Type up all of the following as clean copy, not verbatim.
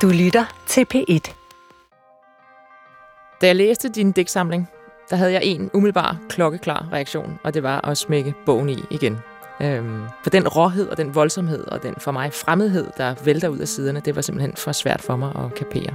Du lytter til P1. Da jeg læste din digtsamling, der havde jeg en umiddelbar, klokkeklar reaktion, og det var at smække bogen i igen. For den råhed og den voldsomhed og den for mig fremmedhed, der vælter ud af siderne, det var simpelthen for svært for mig at kapere.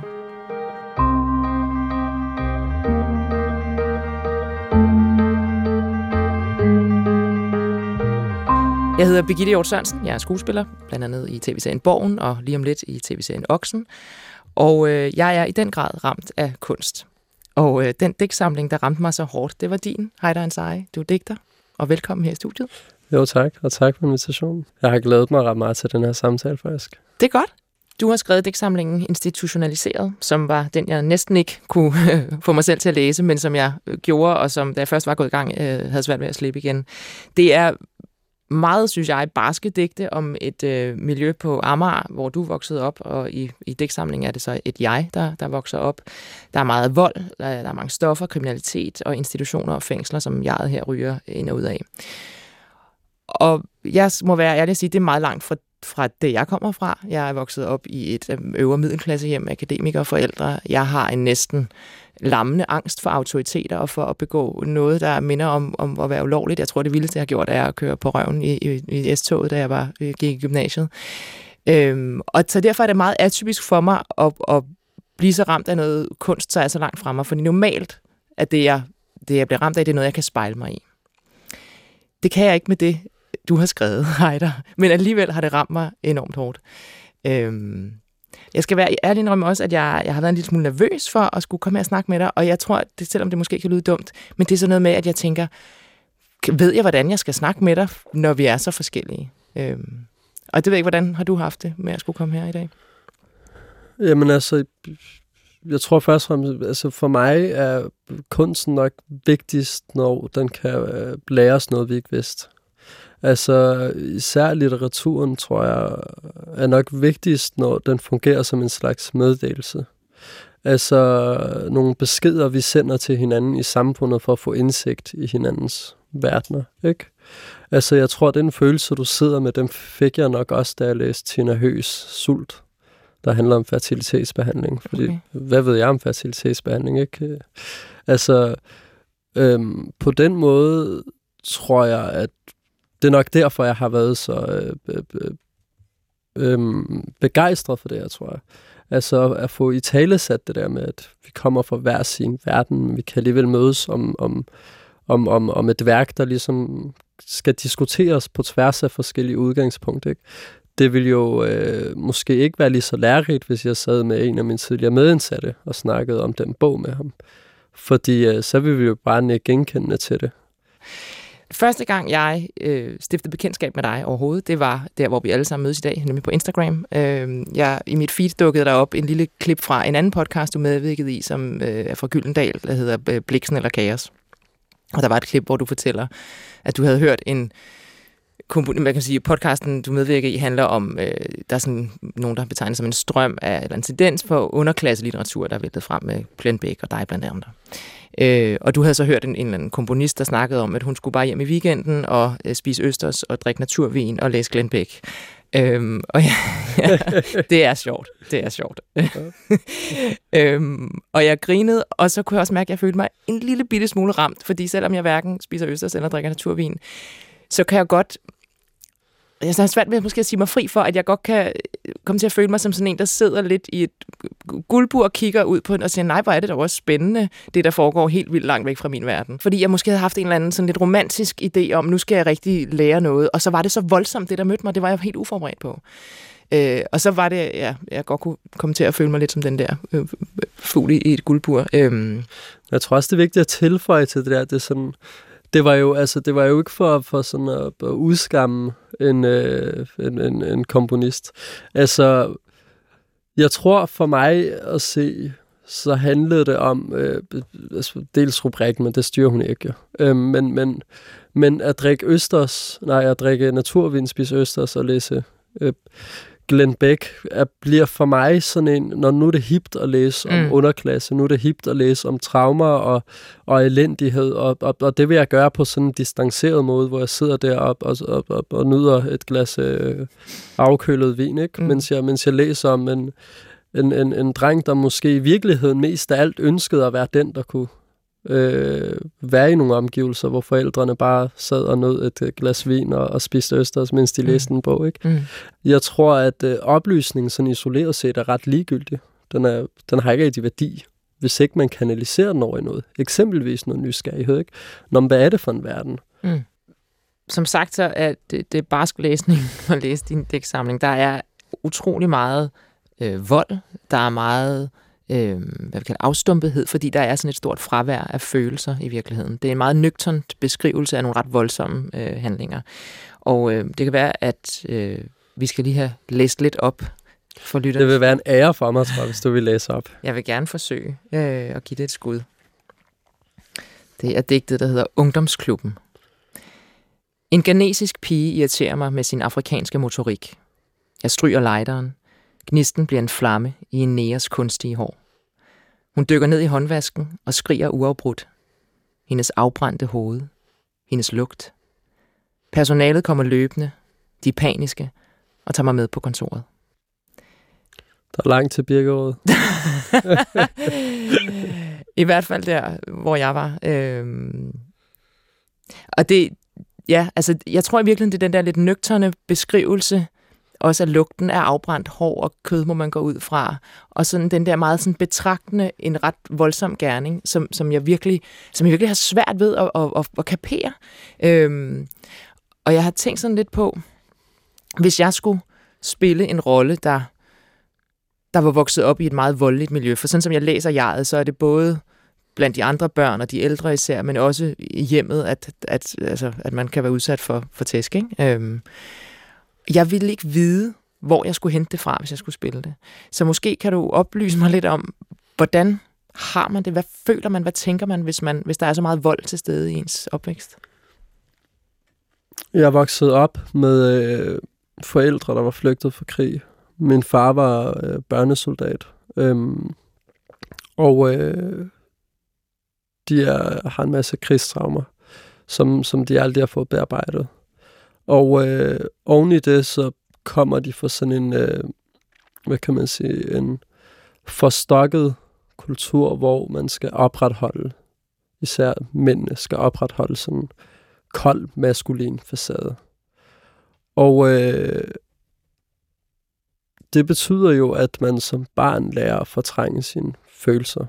Jeg hedder Birgitte Hjort Sørensen, jeg er skuespiller, blandt andet i tv-serien Borgen og lige om lidt i tv-serien Oksen. Og jeg er i den grad ramt af kunst. Og den digtsamling, der ramte mig så hårdt, det var din, Haydar Ansari. Du er digter, og velkommen her i studiet. Jo tak, og tak for invitationen. Jeg har glædet mig ret meget til den her samtale faktisk. Det er godt. Du har skrevet digtsamlingen Institutionaliseret, som var den, jeg næsten ikke kunne få mig selv til at læse, men som jeg gjorde, og som da jeg først var gået i gang, havde svært ved at slippe igen. Det er meget, synes jeg, barske digte om et miljø på Amager, hvor du voksede op, og i digtsamlingen er det så et jeg, der vokser op. Der er meget vold, der er mange stoffer, kriminalitet og institutioner og fængsler, som jeget her ryger ind og ud af. Og jeg må være ærlig at sige, at det er meget langt fra det, jeg kommer fra. Jeg er vokset op i et øvre middelklassehjem med akademikere og forældre. Jeg har en næsten lammende angst for autoriteter og for at begå noget, der minder om at være ulovligt. Jeg tror, det vildeste, jeg har gjort, er at køre på røven i S-toget, da jeg gik i gymnasiet. Og så derfor er det meget atypisk for mig at blive så ramt af noget kunst, så er så langt fra mig. Fordi normalt er det, jeg bliver ramt af, det er noget, jeg kan spejle mig i. Det kan jeg ikke med det, du har skrevet, Haydar. Men alligevel har det ramt mig enormt hårdt. Jeg skal være ærlig indrømme også, at jeg har været en lille smule nervøs for at skulle komme her og snakke med dig, og jeg tror, det, selvom det måske kan lyde dumt, men det er sådan noget med, at jeg tænker, ved jeg, hvordan jeg skal snakke med dig, når vi er så forskellige? Og det ved jeg ikke, hvordan har du haft det med at skulle komme her i dag? Jamen altså, jeg tror først og fremmest, altså for mig er kunsten nok vigtigst, når den kan lære os noget, vi ikke vidste. Altså især litteraturen, tror jeg, er nok vigtigst, når den fungerer som en slags meddelelse. Altså nogle beskeder, vi sender til hinanden i samfundet for at få indsigt i hinandens verdener, ikke? Altså jeg tror, den følelse, du sidder med, den fik jeg nok også, da jeg læste Tina Høghs Sult, der handler om fertilitetsbehandling. Fordi, hvad ved jeg om fertilitetsbehandling, ikke? Altså på den måde tror jeg, at det er nok derfor, jeg har været så begejstret for det her, tror jeg. Altså at få italesat det der med, at vi kommer fra hver sin verden, men vi kan alligevel mødes om et værk, der ligesom skal diskuteres på tværs af forskellige udgangspunkter, ikke? Det ville jo måske ikke være lige så lærerigt, hvis jeg sad med en af mine tidligere medindsatte og snakkede om den bog med ham. Fordi så ville vi jo bare nikke genkendende til det. Første gang, jeg stiftede bekendtskab med dig overhovedet, det var der, hvor vi alle sammen mødes i dag, nemlig på Instagram. I mit feed dukkede der op en lille klip fra en anden podcast, du medvirkede i, som er fra Gyldendal, der hedder Bliksen eller Kaos. Og der var et klip, hvor du fortæller, at du havde hørt man kan sige, podcasten, du medvirker i, handler om, der er sådan nogen, der har betegnet som en strøm af, eller en tendens for underklasselitteratur, der er væltet frem med Glenn Beck og dig blandt andre. Og du havde så hørt en eller anden komponist, der snakkede om, at hun skulle bare hjem i weekenden og spise østers og drikke naturvin og læse Glenn Beck. Og ja, det er sjovt. Det er sjovt. Og jeg grinede, og så kunne jeg også mærke, at jeg følte mig en lille bitte smule ramt, fordi selvom jeg hverken spiser østers eller drikker naturvin, så kan jeg godt... Jeg har svært ved måske at sige mig fri for, at jeg godt kan komme til at føle mig som sådan en, der sidder lidt i et guldbur og kigger ud på den og siger, nej, hvor er det da også spændende, det der foregår helt vildt langt væk fra min verden. Fordi jeg måske havde haft en eller anden sådan lidt romantisk idé om, nu skal jeg rigtig lære noget, og så var det så voldsomt, det der mødte mig, det var jeg helt uforberedt på. Og så var det, jeg godt kunne komme til at føle mig lidt som den der fugl i et guldbur. Jeg tror også, det er vigtigt at tilføje til det der, det er sådan... Det var jo ikke for sådan at udskamme en komponist. Altså, jeg tror for mig at se, så handlede det om dels rubrikken, men det styrer hun ikke. Men at drikke naturvin, spise østers og læse Glenn Beck bliver for mig sådan en, når nu er det hipt at læse om underklasse, nu er det hipt at læse om traumer og elendighed, og det vil jeg gøre på sådan en distanceret måde, hvor jeg sidder deroppe og nyder et glas afkølet vin, ikke? Mens jeg læser om en dreng, der måske i virkeligheden mest af alt ønskede at være den, der kunne være i nogle omgivelser, hvor forældrene bare sad og nød et glas vin og spiste østers, mens de læste en bog. Ikke? Jeg tror, at oplysningen sådan isoleret set er ret ligegyldig. Den har ikke rigtig værdi, hvis ikke man kanaliserer den over i noget. Eksempelvis noget nysgerrighed. Ikke? Nå, hvad er det for en verden? Som sagt, så er det barsk læsning at læse din digtsamling. Der er utrolig meget vold. Der er meget afstumpethed, fordi der er sådan et stort fravær af følelser i virkeligheden. Det er en meget nøgternt beskrivelse af nogle ret voldsomme handlinger. Og det kan være, at vi skal lige have læst lidt op for lytterne. Det vil være en ære for mig, tror jeg, hvis du vil læse op. Jeg vil gerne forsøge at give det et skud. Det er digtet, der hedder Ungdomsklubben. En ghanesisk pige irriterer mig med sin afrikanske motorik. Jeg stryger lighteren. Gnisten bliver en flamme i en negers kunstige hår. Hun dykker ned i håndvasken og skriger uafbrudt. Hendes afbrændte hoved. Hendes lugt. Personalet kommer løbende. De er paniske og tager mig med på kontoret. Der er langt til Birkerød. I hvert fald der, hvor jeg var. Og det, ja, altså, jeg tror i virkeligheden, det er den der lidt nøgterne beskrivelse, også af lugten af afbrændt hår og kød, må man gå ud fra. Og sådan den der meget sådan betragtende, en ret voldsom gerning, som jeg virkelig har svært ved at kapere. Og jeg har tænkt sådan lidt på, hvis jeg skulle spille en rolle, der var vokset op i et meget voldeligt miljø. For sådan som jeg læser jeget, så er det både blandt de andre børn og de ældre især, men også i hjemmet, at man kan være udsat for tæsk. Ikke? Jeg ville ikke vide, hvor jeg skulle hente det fra, hvis jeg skulle spille det. Så måske kan du oplyse mig lidt om, hvordan har man det? Hvad føler man? Hvad tænker man, hvis der er så meget vold til stede i ens opvækst? Jeg er vokset op med forældre, der var flygtet fra krig. Min far var børnesoldat. De har en masse krigstraumer, som de aldrig har fået bearbejdet. Og oven i det, så kommer de fra sådan en, en forstokket kultur, hvor man skal opretholde, især mændene skal opretholde sådan en kold, maskulin facade. Og det betyder jo, at man som barn lærer at fortrænge sine følelser.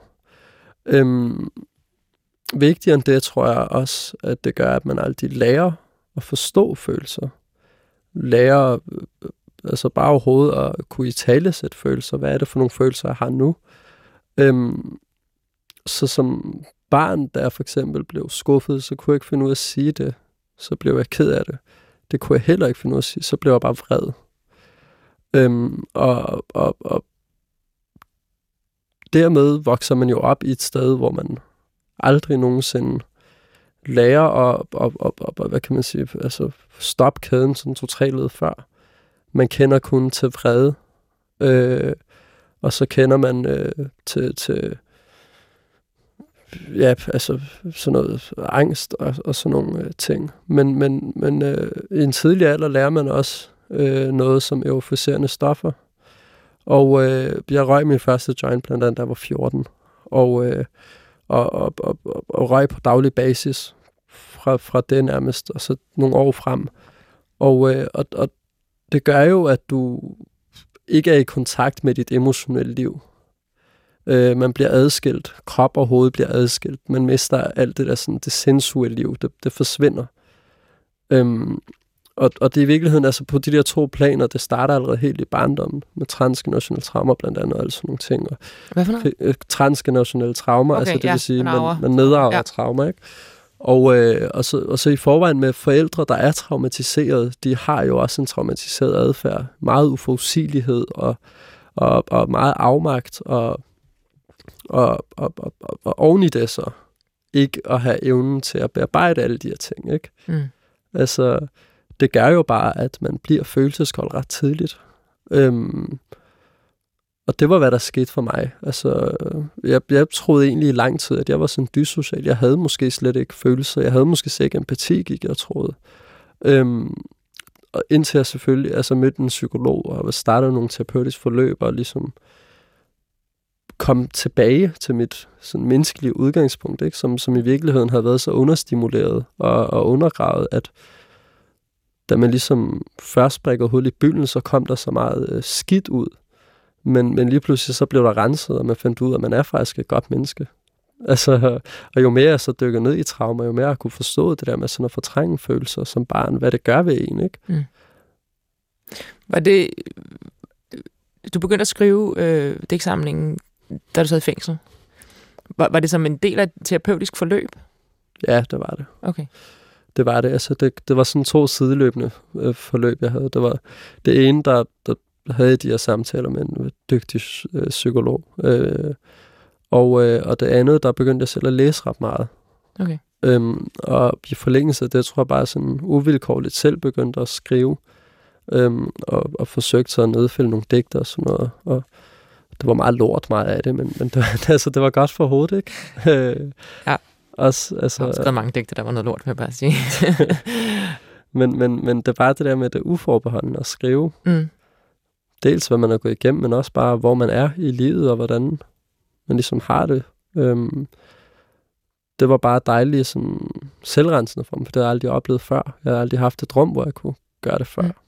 Vigtigere end det, tror jeg også, at det gør, at man aldrig lærer at forstå følelser. Lærer altså bare overhovedet at kunne italesætte følelser. Hvad er det for nogle følelser, jeg har nu? Så som barn, da jeg for eksempel blev skuffet, så kunne jeg ikke finde ud af at sige det. Så blev jeg ked af det. Det kunne jeg heller ikke finde ud af at sige. Så blev jeg bare vred. Og dermed vokser man jo op i et sted, hvor man aldrig nogensinde lærer at hvad kan man sige, altså stoppe kæden sådan 2-3 led før. Man kender kun til vrede, og så kender man til ja, altså sådan noget angst og sådan nogle ting. Men i en tidlig alder lærer man også noget som euforiserende stoffer. Og jeg røg min første joint blandt andet, da jeg var 14. Og røg på daglig basis fra det nærmest, og så nogle år frem. Og det gør jo, at du ikke er i kontakt med dit emotionelle liv. Man bliver adskilt. Krop og hoved bliver adskilt. Man mister alt det der sådan, det sensuelle liv. Det forsvinder. Og det er i virkeligheden, altså på de der 2 planer, det starter allerede helt i barndommen, med transgenerationelle traumer blandt andet, og alle sådan nogle ting. Og hvad for noget? Transgenerationelle traumer, okay, altså det vil sige, man nedarver traumer, ikke? Og så i forvejen med forældre, der er traumatiseret, de har jo også en traumatiseret adfærd. Meget uforudsigelighed og meget afmagt, og oven i det så ikke at have evnen til at bearbejde alle de her ting, ikke? Altså, det gør jo bare, at man bliver følelseskold ret tidligt. Og det var, hvad der skete for mig. Altså, jeg troede egentlig i lang tid, at jeg var sådan dysocial. Jeg havde måske slet ikke følelser. Jeg havde måske slet ikke empati, gik jeg troede. Og indtil jeg selvfølgelig mødte en psykolog og startede nogle terapeutiske forløb og ligesom komme tilbage til mit sådan menneskelige udgangspunkt, ikke? Som i virkeligheden havde været så understimuleret og undergravet, at da man ligesom først brækkede hul i bylden, så kom der så meget skidt ud. Men lige pludselig så blev der renset, og man fandt ud af, at man er faktisk et godt menneske. Altså, og jo mere jeg så dykker ned i traumer, jo mere jeg kunne forstå det der med sådan at fortrænge følelser som barn, hvad det gør ved en, ikke? Mm. Var det... Du begyndte at skrive digtsamlingen, da du sad i fængsel. Var det som en del af et terapeutisk forløb? Ja, det var det. Okay. Det var det. Altså, det var sådan 2 sideløbende forløb, jeg havde. Det var det ene, der havde de her samtaler med en dygtig psykolog. Og det andet, der begyndte jeg selv at læse ret meget. Okay. Og i forlængelse af det, tror jeg bare sådan uvilkårligt selv begyndte at skrive. Og forsøgte så at nedfælde nogle digter og sådan noget. Og det var meget lort, meget af det, men det var godt for hovedet, ikke? Ja. Også, altså, jeg har skrevet mange digter, der var noget lort, vil jeg bare sige. men det er bare det der med det uforbeholdende at skrive. Mm. Dels hvad man er gået igennem, men også bare hvor man er i livet, og hvordan man ligesom har det. Det var bare dejligt sådan selvrensende for mig, for det havde jeg aldrig oplevet før. Jeg havde aldrig haft et rum, hvor jeg kunne gøre det før. Mm.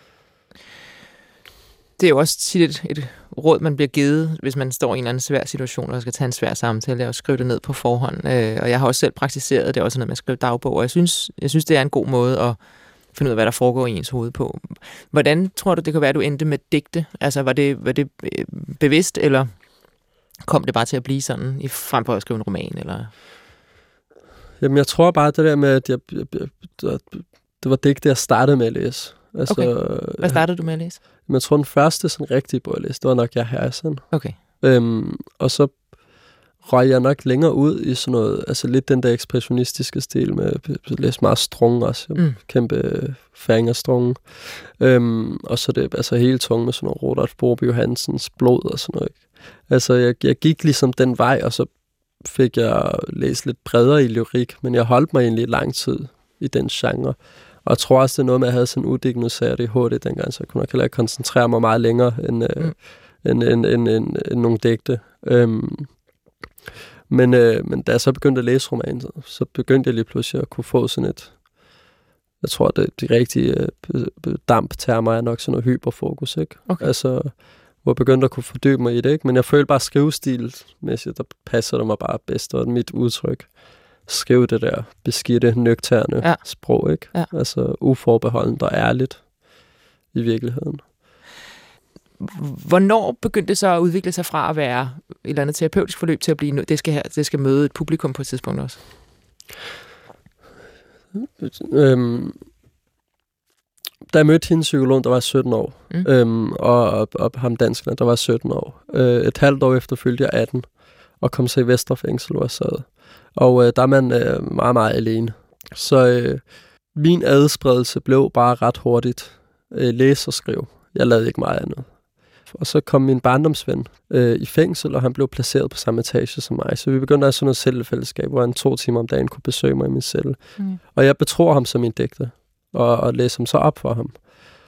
Det er jo også tit et råd, man bliver givet, hvis man står i en eller anden svær situation, og skal tage en svær samtale, og skrive det ned på forhånd. Og jeg har også selv praktiseret det, også noget med at skrive dagbog, og jeg synes, det er en god måde at finde ud af, hvad der foregår i ens hoved på. Hvordan tror du, det kan være, at du endte med digte? Altså, var det bevidst, eller kom det bare til at blive sådan, frem for at skrive en roman? Eller? Jamen, jeg tror bare, det der med, at det var digte, jeg startede med at læse. Altså, okay. Hvad startede du med at læse? Jeg tror, den første sådan rigtige bog, jeg læste, det var nok Jeg Harrison. Okay. Og så røg jeg nok længere ud i sådan noget, altså lidt den der ekspressionistiske stil med at læse meget strung også. Kæmpe færingerstrunge. Og så det altså hele tunge med sådan noget Rudolf Borby Johansens Blod og sådan noget. Altså jeg gik ligesom den vej, og så fik jeg læst lidt bredere i lyrik, men jeg holdt mig egentlig lang tid i den genre. Og jeg tror også, det er noget med, at jeg havde sådan en uddiagnoseret ADHD dengang, så jeg kunne nok heller ikke koncentrere mig meget længere end nogle digte. Men da jeg så begyndte at læse romanen, så begyndte jeg lige pludselig at kunne få sådan et, jeg tror, de rigtige damptermer er nok sådan noget hyperfokus, ikke? Okay. Altså, hvor jeg begyndte at kunne fordybe mig i det, ikke? Men jeg følte bare skrivestilmæssigt, der passer det mig bare bedst, og mit udtryk. Skrive det der beskidte, nøgterne sprog, ikke? Ja. Altså uforbeholdent og ærligt i virkeligheden. Hvornår begyndte det så at udvikle sig fra at være et eller andet terapeutisk forløb til at blive, det skal møde et publikum på et tidspunkt også? Da jeg mødte hende psykolog, der var 17 år, og ham danskerne, der var 17 år. Et halvt år efter fyldte jeg 18, og kom så i Vestre Fængsel, hvor jeg sad. Og der er man meget, meget alene. Så min adspredelse blev bare ret hurtigt læse og skrive. Jeg lavede ikke meget andet. Og så kom min barndomsven i fængsel, og han blev placeret på samme etage som mig. Så vi begyndte at have sådan noget cellefællesskab, hvor han 2 timer om dagen kunne besøge mig i min celle. Og jeg betror ham som min digter, og læser ham så op for ham.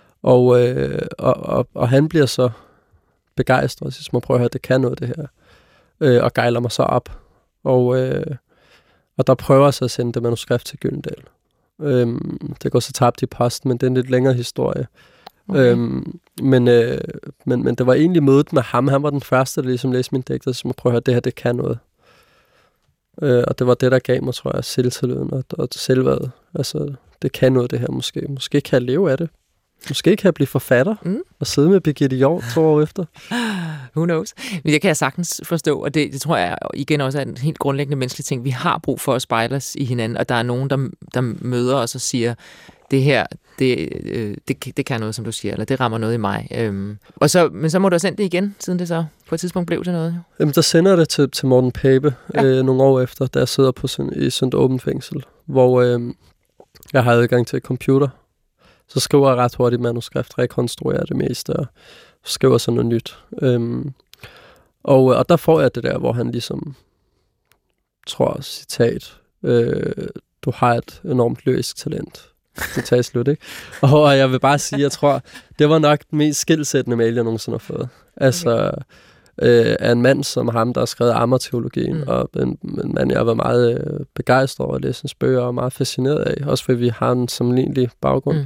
Og han bliver så begejstret, og siger, prøv at høre, det kan noget det her. Og gejler mig så op. Og der prøver jeg så at sende det manuskript til Gyldendal. Det går så tabt i posten, men det er en lidt længere historie. Okay. Men det var egentlig mødet med ham. Han var den første, der ligesom læste min digter, så prøv at høre, det her, det kan noget. Og det var det, der gav mig, tror jeg, selvtilliden og selvværdet. Altså, det kan noget, det her måske. Måske kan jeg leve af det. Måske kan jeg blive forfatter og sidde med Birgitte Hjort 2 år efter. Who knows? Men det kan jeg sagtens forstå, og det tror jeg igen også er en helt grundlæggende menneskelig ting. Vi har brug for at spejle os i hinanden, og der er nogen, der møder os og siger, det her, det kan noget, som du siger, eller det rammer noget i mig. Men så må du have sendt det igen, siden det så på et tidspunkt blev til noget. Jo. Jamen, der sender jeg det til Morten Pape nogle år efter, da jeg sidder i sådan et åbent fængsel, hvor jeg har adgang til computer. Så skriver jeg ret hurtigt manuskript, rekonstruerer det meste, og skriver sådan noget nyt. Og der får jeg det der, hvor han ligesom, tror, citat, du har et enormt lyrisk talent. Citat slut, ikke? Og jeg vil bare sige, jeg tror, det var nok den mest skilsættende mail, jeg nogensinde har fået. Altså, af en mand som ham, der har skrevet Ammer-teologien, og en mand, jeg har været meget begejstret over at læse hans bøger, og meget fascineret af, også fordi vi har en sammenlignelig baggrund,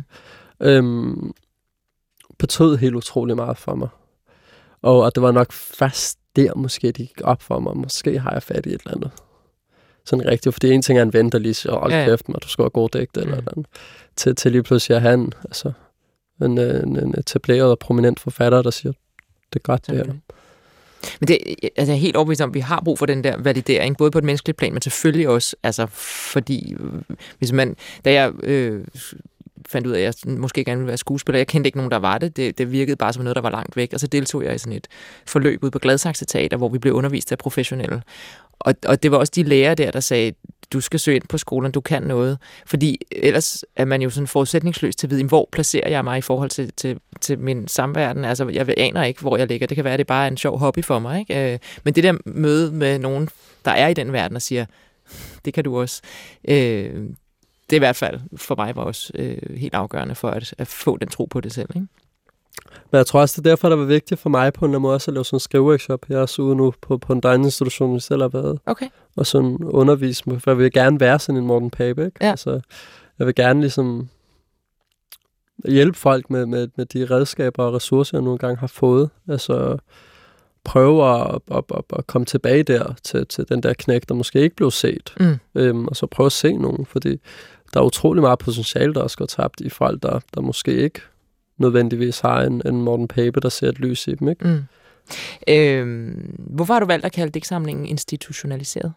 betød helt utrolig meget for mig. Og det var nok først der, måske det gik op for mig. Måske har jeg fat i et eller andet. Sådan rigtigt, fordi en ting er en ven, der lige siger, hold kæft mig, du skal have god digt, eller andet. Til lige pludselig er han, altså, en etableret og prominent forfatter, der siger, det er godt det her. Men det, altså jeg er helt overbevist om, at vi har brug for den der validering, både på et menneskeligt plan, men selvfølgelig også, altså fordi, hvis man, da jeg fandt ud af, at jeg måske gerne ville være skuespiller, jeg kendte ikke nogen, der var det, det virkede bare som noget, der var langt væk, og så deltog jeg i sådan et forløb ude på Gladsaxe Teater, hvor vi blev undervist af professionelle. Og det var også de lærere der sagde, du skal søge ind på skolen, du kan noget. Fordi ellers er man jo sådan forudsætningsløs til at vide, hvor placerer jeg mig i forhold til min samverden. Altså, jeg aner ikke, hvor jeg ligger. Det kan være, at det bare er en sjov hobby for mig. Ikke? Men det der møde med nogen, der er i den verden og siger, det kan du også. Det i hvert fald for mig var også helt afgørende for at få den tro på det selv. Ikke? Men jeg tror også, det er derfor, der var vigtigt for mig på en måde også at lave sådan en skriveworkshop. Jeg er også ude nu på en degninstitution, vi selv har været. Okay. Og sådan undervise mig, for jeg vil gerne være sådan en Morten Pape, ikke? Ja. Altså, jeg vil gerne ligesom hjælpe folk med de redskaber og ressourcer, jeg nogle gange har fået. Altså prøve at komme tilbage der til den der knæk, der måske ikke blev set. Og så prøve at se nogen, fordi der er utrolig meget potentiale, der også går tabt i folk, der måske ikke nødvendigvis har en Morten Pape, der ser et lys i dem, ikke? Hvorfor har du valgt at kalde digtsamlingen institutionaliseret?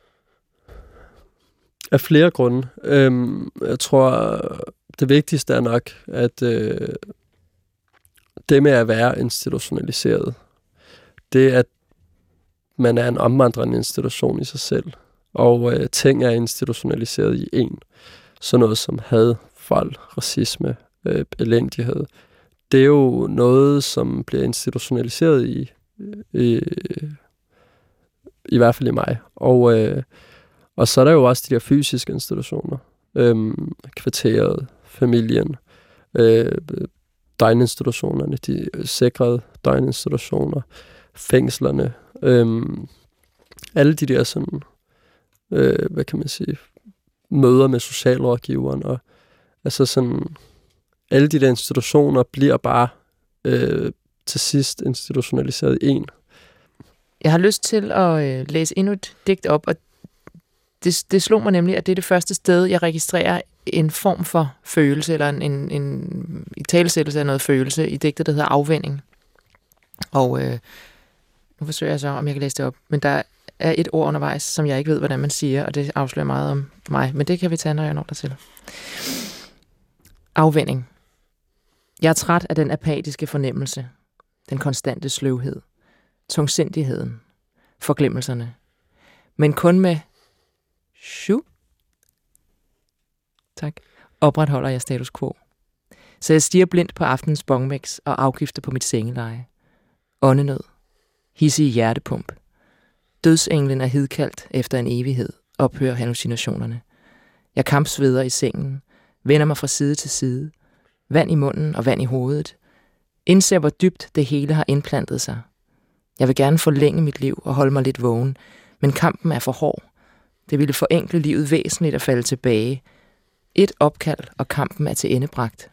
Af flere grunde. Jeg tror, det vigtigste er nok, at det med at være institutionaliseret, det er, at man er en omvandrende institution i sig selv, og ting er institutionaliseret i en. Sådan noget som had, vold, racisme, elendighed. Det er jo noget, som bliver institutionaliseret i hvert fald i mig. Og så er der jo også de der fysiske institutioner. Kvarteret, familien, døgninstitutionerne, de sikrede døgninstitutioner, fængslerne, alle de der sådan, hvad kan man sige, møder med socialrådgiveren, og altså sådan, alle de der institutioner bliver bare til sidst institutionaliseret i en. Jeg har lyst til at læse endnu et digt op, og det slog mig nemlig, at det er det første sted, jeg registrerer en form for følelse, eller en italesættelse af noget følelse i digtet, der hedder Afvænning. Og nu forsøger jeg så, om jeg kan læse det op, men der er et ord undervejs, som jeg ikke ved, hvordan man siger, og det afslører meget om mig, men det kan vi tage, når jeg når dertil. Afvænning. Jeg er træt af den apatiske fornemmelse, den konstante sløvhed, tungsindigheden, forglemmelserne, men kun med tak, opretholder jeg status quo. Så jeg stiger blindt på aftenens bongmix og afgifter på mit sengeleje. Åndenød. Hissige hjertepump. Dødsenglen er hidkaldt efter en evighed. Ophører hallucinationerne. Jeg kampsveder i sengen. Vender mig fra side til side. Vand i munden og vand i hovedet. Indser, hvor dybt det hele har indplantet sig. Jeg vil gerne forlænge mit liv og holde mig lidt vågen, men kampen er for hård. Det ville forenkle livet væsentligt at falde tilbage. Et opkald, og kampen er til endebragt.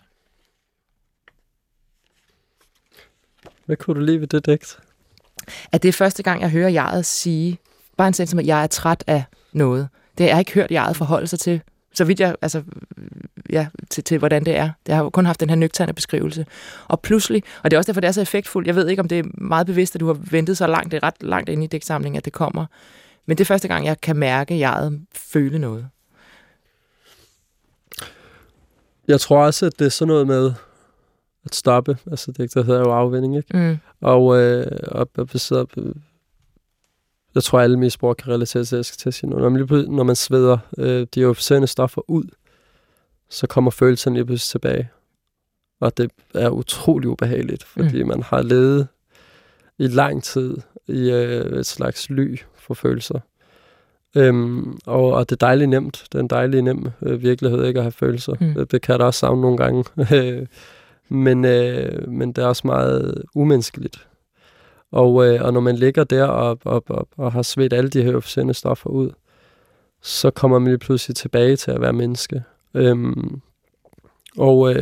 Hvad kunne du lide ved det digt? At det er første gang, jeg hører jeget sige, bare en sentence, at jeg er træt af noget. Det har jeg ikke hørt jeget forholde sig til, så vidt jeg, altså, ja, til hvordan det er. Det har kun haft den her nøgterne beskrivelse. Og pludselig, og det er også derfor, det er så effektfuldt, jeg ved ikke, om det er meget bevidst, at du har ventet så langt, det er ret langt inde i digtsamlingen, at det kommer. Men det er første gang, jeg kan mærke jeget føle noget. Jeg tror også, at det er sådan noget med at stoppe. Altså det hedder jo afvænning, ikke? Og jeg tror, alle misbrugere kan relatere til, jeg skal til at sige noget. Når man sveder de euforiserende stoffer ud, så kommer følelserne lige pludselig tilbage. Og det er utrolig ubehageligt, fordi man har levet i lang tid i et slags ly for følelser. Og det er dejligt nemt. Det er en dejlig nem virkelighed, ikke at have følelser. Det kan jeg da også savne nogle gange. Men det er også meget umenneskeligt. Og når man ligger der og har svedt alle de her euforiserende stoffer ud, så kommer man lige pludselig tilbage til at være menneske. Og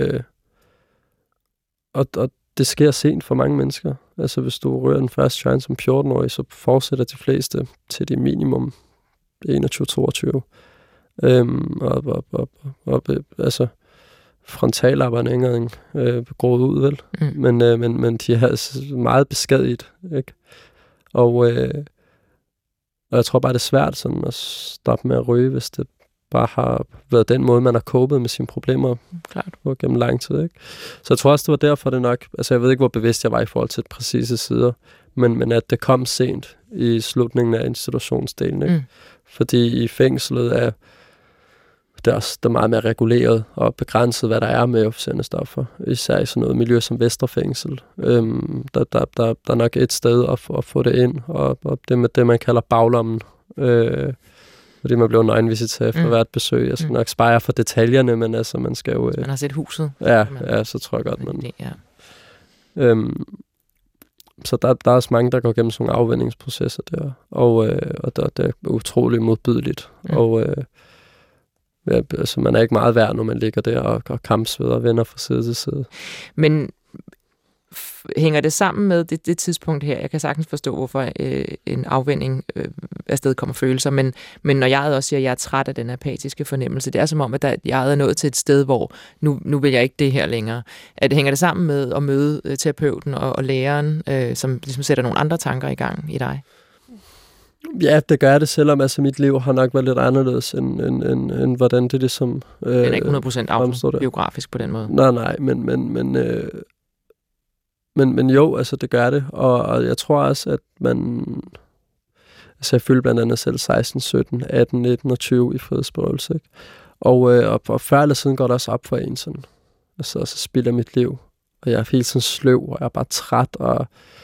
det sker sent for mange mennesker. Altså hvis du rører den første joint som 14-årig, så fortsætter de fleste til det minimum 21-22. Altså frontallapperne er ikke engang gået ud, vel? Men de er meget beskadiget, ikke? Og jeg tror bare, det er svært sådan at stoppe med at ryge, hvis det bare har været den måde, man har copet med sine problemer på gennem lang tid, ikke? Så jeg tror også, det var derfor det nok, altså jeg ved ikke, hvor bevidst jeg var i forhold til præcise sider, men at det kom sent i slutningen af institutionsdelen, ikke? Fordi i fængslet er det er meget mere reguleret og begrænset, hvad der er med euforiserende stoffer. Især i sådan noget miljø som Vesterfængsel. Der er nok et sted at få det ind, og det med det, man kalder baglommen. Fordi man bliver nøgenvisiteret for hvert besøg. Jeg skal nok spare for detaljerne, men altså, man skal jo... Man har set huset. Ja, så tror jeg godt, man... Så der er også mange, der går gennem sådan nogle afvendingsprocesser der. Og det er utroligt modbydeligt. Altså, man er ikke meget værd, når man ligger der og kampsveder og vender fra side til side. Men hænger det sammen med det tidspunkt her? Jeg kan sagtens forstå, hvorfor en afvending afsted kommer følelser, men når jeg også siger, at jeg er træt af den apatiske fornemmelse, det er som om, at jeg er nået til et sted, hvor nu vil jeg ikke det her længere. Hænger det sammen med at møde terapeuten og læreren, som ligesom sætter nogle andre tanker i gang i dig? Ja, det gør det, selvom altså, mit liv har nok været lidt anderledes, end hvordan det ligesom... Den er ikke 100% autobiografisk på den måde. Nej, men jo, altså det gør det, og jeg tror også, at man... Altså jeg følte blandt andet selv 16, 17, 18, 19 og 20 i frihedsberøvelse, ikke? Og før eller siden går det også op for en sådan. Altså, så spilder mit liv, og jeg er helt sådan sløv, og jeg er bare træt, og...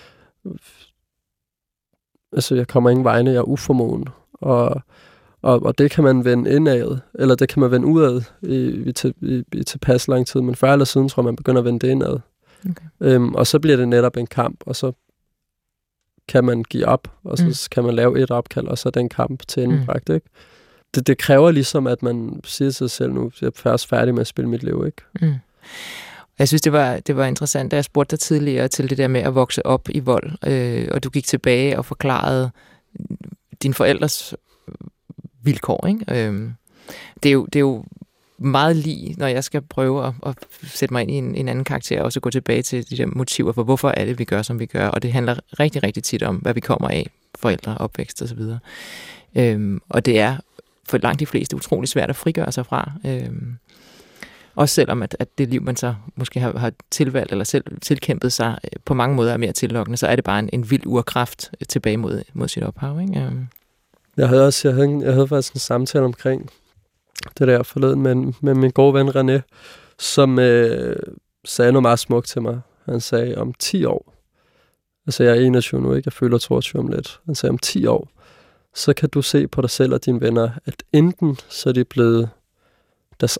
Altså, jeg kommer ingen vegne, jeg er uformåen. Og det kan man vende indad, eller det kan man vende udad i tilpas lang tid. Men før eller siden tror jeg, man begynder at vende det indad. Okay. Og så bliver det netop en kamp, og så kan man give op, og så kan man lave et opkald, og så er den kamp til endebragt, ikke? Det kræver ligesom, at man siger til sig selv, nu er jeg først færdig med at spille mit liv, ikke? Jeg synes, det var interessant, da jeg spurgte dig tidligere til det der med at vokse op i vold, og du gik tilbage og forklarede dine forældres vilkår, ikke? Det er jo meget lige, når jeg skal prøve at sætte mig ind i en anden karakter, og så gå tilbage til de der motiver for, hvorfor er det, vi gør, som vi gør, og det handler rigtig, rigtig tit om, hvad vi kommer af, forældre, opvækst og så videre. Og det er for langt de fleste utrolig svært at frigøre sig fra. Også selvom at det liv, man så måske har tilvalgt eller selv tilkæmpet sig, på mange måder er mere tillokkende, så er det bare en vild urkraft tilbage mod sit ophav, ikke? Jeg havde faktisk en samtale omkring det der forleden med min gode ven René, som sagde noget meget smukt til mig. Han sagde, om 10 år, altså jeg er 21 nu, ikke? Jeg føler 22 om lidt. Han sagde, om 10 år, så kan du se på dig selv og dine venner, at enten så er de blevet deres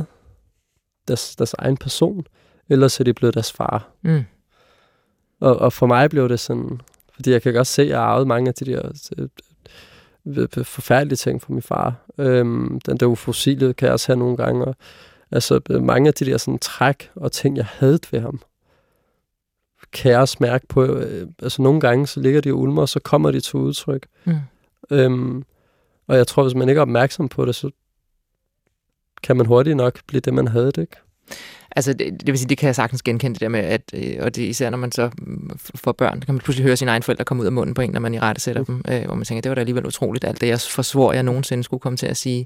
egen person, eller så er de blevet deres far. Og for mig blev det sådan, fordi jeg kan godt se, at jeg har arvet mange af de der forfærdelige ting fra min far. Den der ufosile kan jeg også have nogle gange. Og, altså mange af de der sådan træk og ting, jeg havde ved ham, kan jeg også mærke på. Altså nogle gange, så ligger de og ulmer, og så kommer de til udtryk. Og jeg tror, hvis man ikke er opmærksom på det, så kan man hurtigt nok blive det, man havde det, ikke? Altså, det vil sige, det kan jeg sagtens genkende det der med, at, og det især når man så får børn, kan man pludselig høre sine egne forældre komme ud af munden på en, når man i rette sætter dem, hvor man tænker, det var da alligevel utroligt, alt det, jeg forsvor, jeg nogensinde skulle komme til at sige.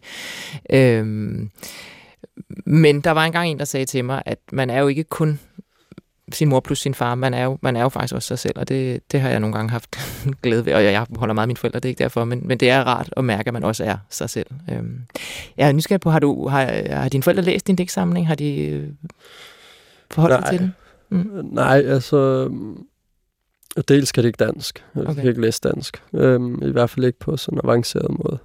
Men der var engang en, der sagde til mig, at man er jo ikke kun sin mor plus sin far, man er jo faktisk også sig selv, og det har jeg nogle gange haft glæde ved, og jeg holder meget af mine forældre, det er ikke derfor, men det er rart at mærke, at man også er sig selv. Jeg er nysgerrig på, har dine forældre læst din digtsamling? Har de forholdt sig til den? Nej, altså dels kan det ikke dansk. Jeg kan ikke læse dansk. I hvert fald ikke på sådan en avanceret måde.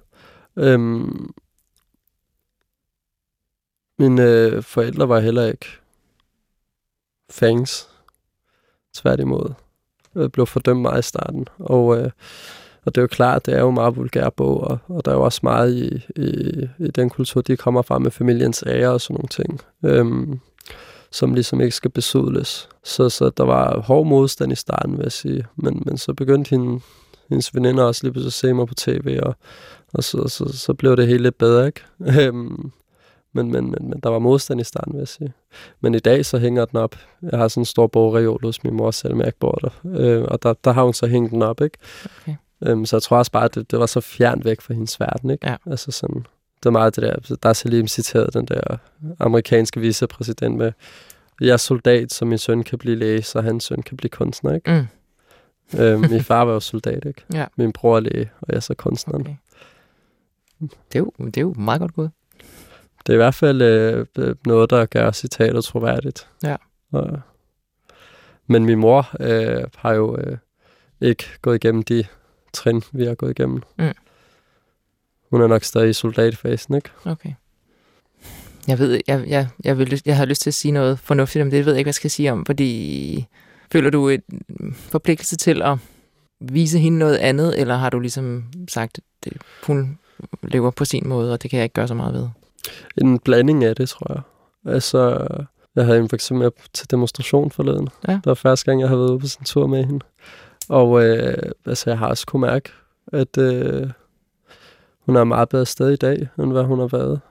Mine forældre var heller ikke fans. Tværtimod. blev fordømt meget i starten. Og det er jo klart, det er jo en meget vulgær bog, og der er jo også meget i den kultur, de kommer fra med familiens ære og sådan nogle ting, som ligesom ikke skal besudles. Så der var hård modstand i starten, vil jeg sige. Men så begyndte hendes veninder også lige pludselig at se mig på tv, og så blev det hele lidt bedre, ikke? Men der var modstand i starten, vil jeg sige. Men i dag så hænger den op. Jeg har sådan en stor bogreol hos min mor, selvom jeg ikke bor der. Og der har hun så hængt den op, ikke? Okay. Så jeg tror også bare, at det var så fjernt væk fra hendes verden, ikke? Ja. Altså sådan, det er meget det der Salim citerede den der amerikanske vicepræsident med, jeg er soldat, så min søn kan blive læge, så hans søn kan blive kunstner, ikke? Min far var jo soldat, ikke? Ja. Min bror er læge, og jeg er så kunstneren. Okay. Det er jo meget godt gået. Det er i hvert fald noget, der gør citatet troværdigt. Ja. Men min mor har jo ikke gået igennem de trin, vi har gået igennem. Hun er nok stadig i soldatfasen, ikke? Okay. Jeg ved, jeg har lyst til at sige noget fornuftigt om det. Jeg ved ikke, hvad jeg skal sige om, fordi føler du et forpligtelse til at vise hende noget andet, eller har du ligesom sagt, at hun lever på sin måde, og det kan jeg ikke gøre så meget ved? En blanding af det, tror jeg. Altså, jeg havde hende for eksempel med til demonstration forleden. Ja. Det var første gang, jeg havde været ude på sådan en tur med hende. Og jeg har også kunne mærke, at hun er meget bedre sted i dag, end hvad hun har været.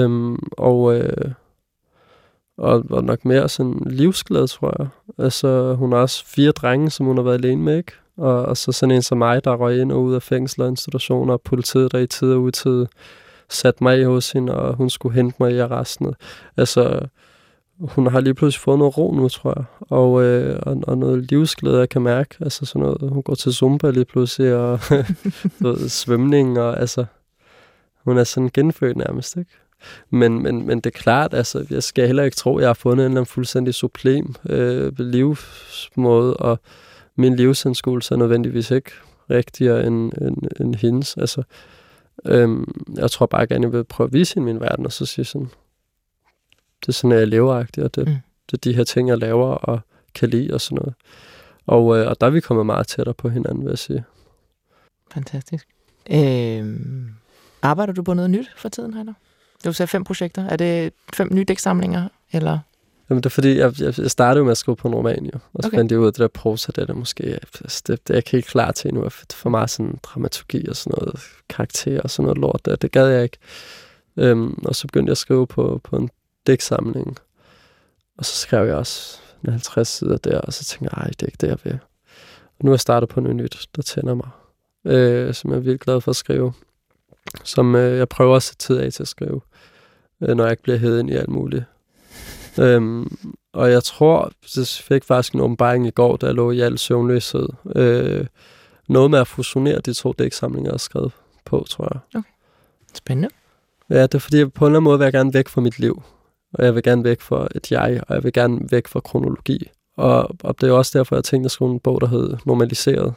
Og nok mere sådan livsglad, tror jeg. Altså, hun har også 4 drenge, som hun har været alene med, ikke? Og så sådan en som mig, der røg ind og ud af fængsler og institutioner, og politiet, der i tid og utid satte mig hos hende, og hun skulle hente mig i arresten. Altså, hun har lige pludselig fået noget ro nu, tror jeg. Og noget livsglæde, jeg kan mærke. Altså sådan noget, hun går til Zumba lige pludselig, og noget svømning, og altså, hun er sådan genfødt nærmest, ikke? Men det er klart, altså, jeg skal heller ikke tro, at jeg har fundet en eller anden fuldstændig sublem livsmåde, og min livsanskuelse er nødvendigvis ikke rigtigere end hendes. Altså, jeg tror bare gerne, jeg vil prøve at vise hende min verden, og så sige sådan, det er sådan, at jeg lever-agtig, og det er de her ting, jeg laver og kan lide og sådan noget. Og der er vi kommet meget tættere på hinanden, vil jeg sige. Fantastisk. Arbejder du på noget nyt for tiden, Heiner? Du sagde 5 projekter. Er det 5 nye dæksamlinger, eller? Jamen, det er fordi, jeg startede jo med at skrive på en roman, jo. Og så fandt jeg ud af det der prosa, det der måske, det er jeg ikke helt klar til endnu. For mig sådan dramaturgi og sådan noget, karakter og sådan noget lort, det gad jeg ikke. Og så begyndte jeg at skrive på en dæksamling. Og så skrev jeg også 50 sider der, og så tænkte jeg, det er ikke det, jeg vil. Og nu er jeg startet på noget nyt, der tænder mig. Som jeg er virkelig glad for at skrive. Som jeg prøver at sætte tid af til at skrive, når jeg ikke bliver hævet ind i alt muligt. Og jeg tror, det fik faktisk en åbenbaring i går, da jeg lå i al søvnløshed. Noget med at fusionere de 2 dæksamlinger, jeg har skrevet på, tror jeg. Okay. Spændende. Ja, det er fordi, på en eller anden måde vil jeg gerne væk fra mit liv. Og jeg vil gerne væk fra et jeg, og jeg vil gerne væk fra kronologi. Og det er også derfor, jeg tænkte at skrive en bog, der hed Normaliseret.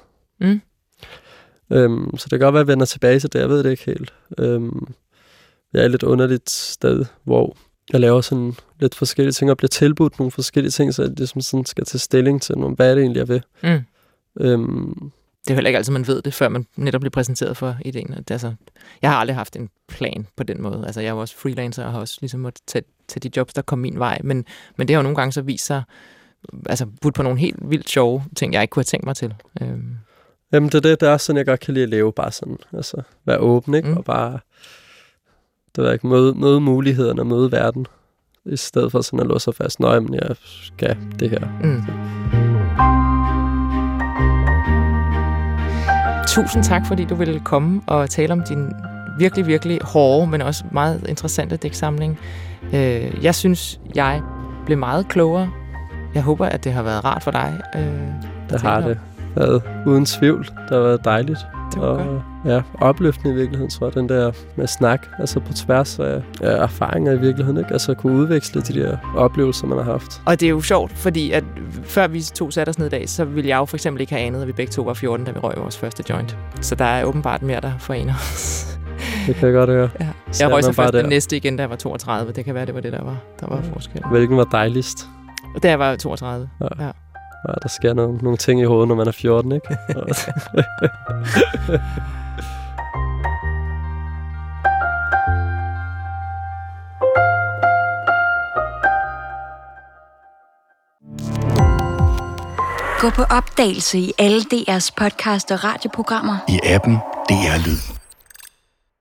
Så det kan godt være, at jeg vender tilbage til det. Jeg ved det ikke helt. Jeg er et lidt underligt sted, hvor jeg laver sådan lidt forskellige ting, og bliver tilbudt nogle forskellige ting, så jeg ligesom sådan skal tage stilling til, hvad er det egentlig, jeg vil. Det er heller ikke altid, man ved det, før man netop bliver præsenteret for ideen. Altså, jeg har aldrig haft en plan på den måde. Altså, jeg er jo også freelancer, og har også ligesom måttet tage de jobs, der kom min vej. Men det har jo nogle gange så vist sig, altså budt på nogle helt vildt sjove ting, jeg ikke kunne have tænkt mig til. Jamen, det er sådan, jeg godt kan lide at leve, bare sådan, altså, være åben, ikke? Og bare, det ved ikke, møde mulighederne og møde verden, i stedet for sådan at låse sig fast, men jeg skal det her. Tusind tak, fordi du ville komme og tale om din virkelig, virkelig hårde, men også meget interessante dæksamling. Jeg synes, jeg blev meget klogere. Jeg håber, at det har været rart for dig. Det har det været uden tvivl. Det har været dejligt. Og ja, opløftende i virkeligheden, tror jeg, den der med snak, altså på tværs af erfaringer i virkeligheden, ikke? Altså kunne udveksle de der oplevelser, man har haft. Og det er jo sjovt, fordi at før vi 2 satte os ned i dag, så ville jeg jo for eksempel ikke have anet, at vi begge 2 var 14, da vi røg vores første joint. Så der er åbenbart mere, der forener os. Det kan jeg godt høre. Ja. Jeg røg så først det næste igen, da jeg var 32. Det kan være, det var det, der var forskellen. Hvilken var dejligst? Da jeg var 32, ja. Ja, der sker nogle ting i hovedet, når man er 14, ikke? Gå på opdagelse i alle DR's podcast og radioprogrammer. I appen DR Lyd.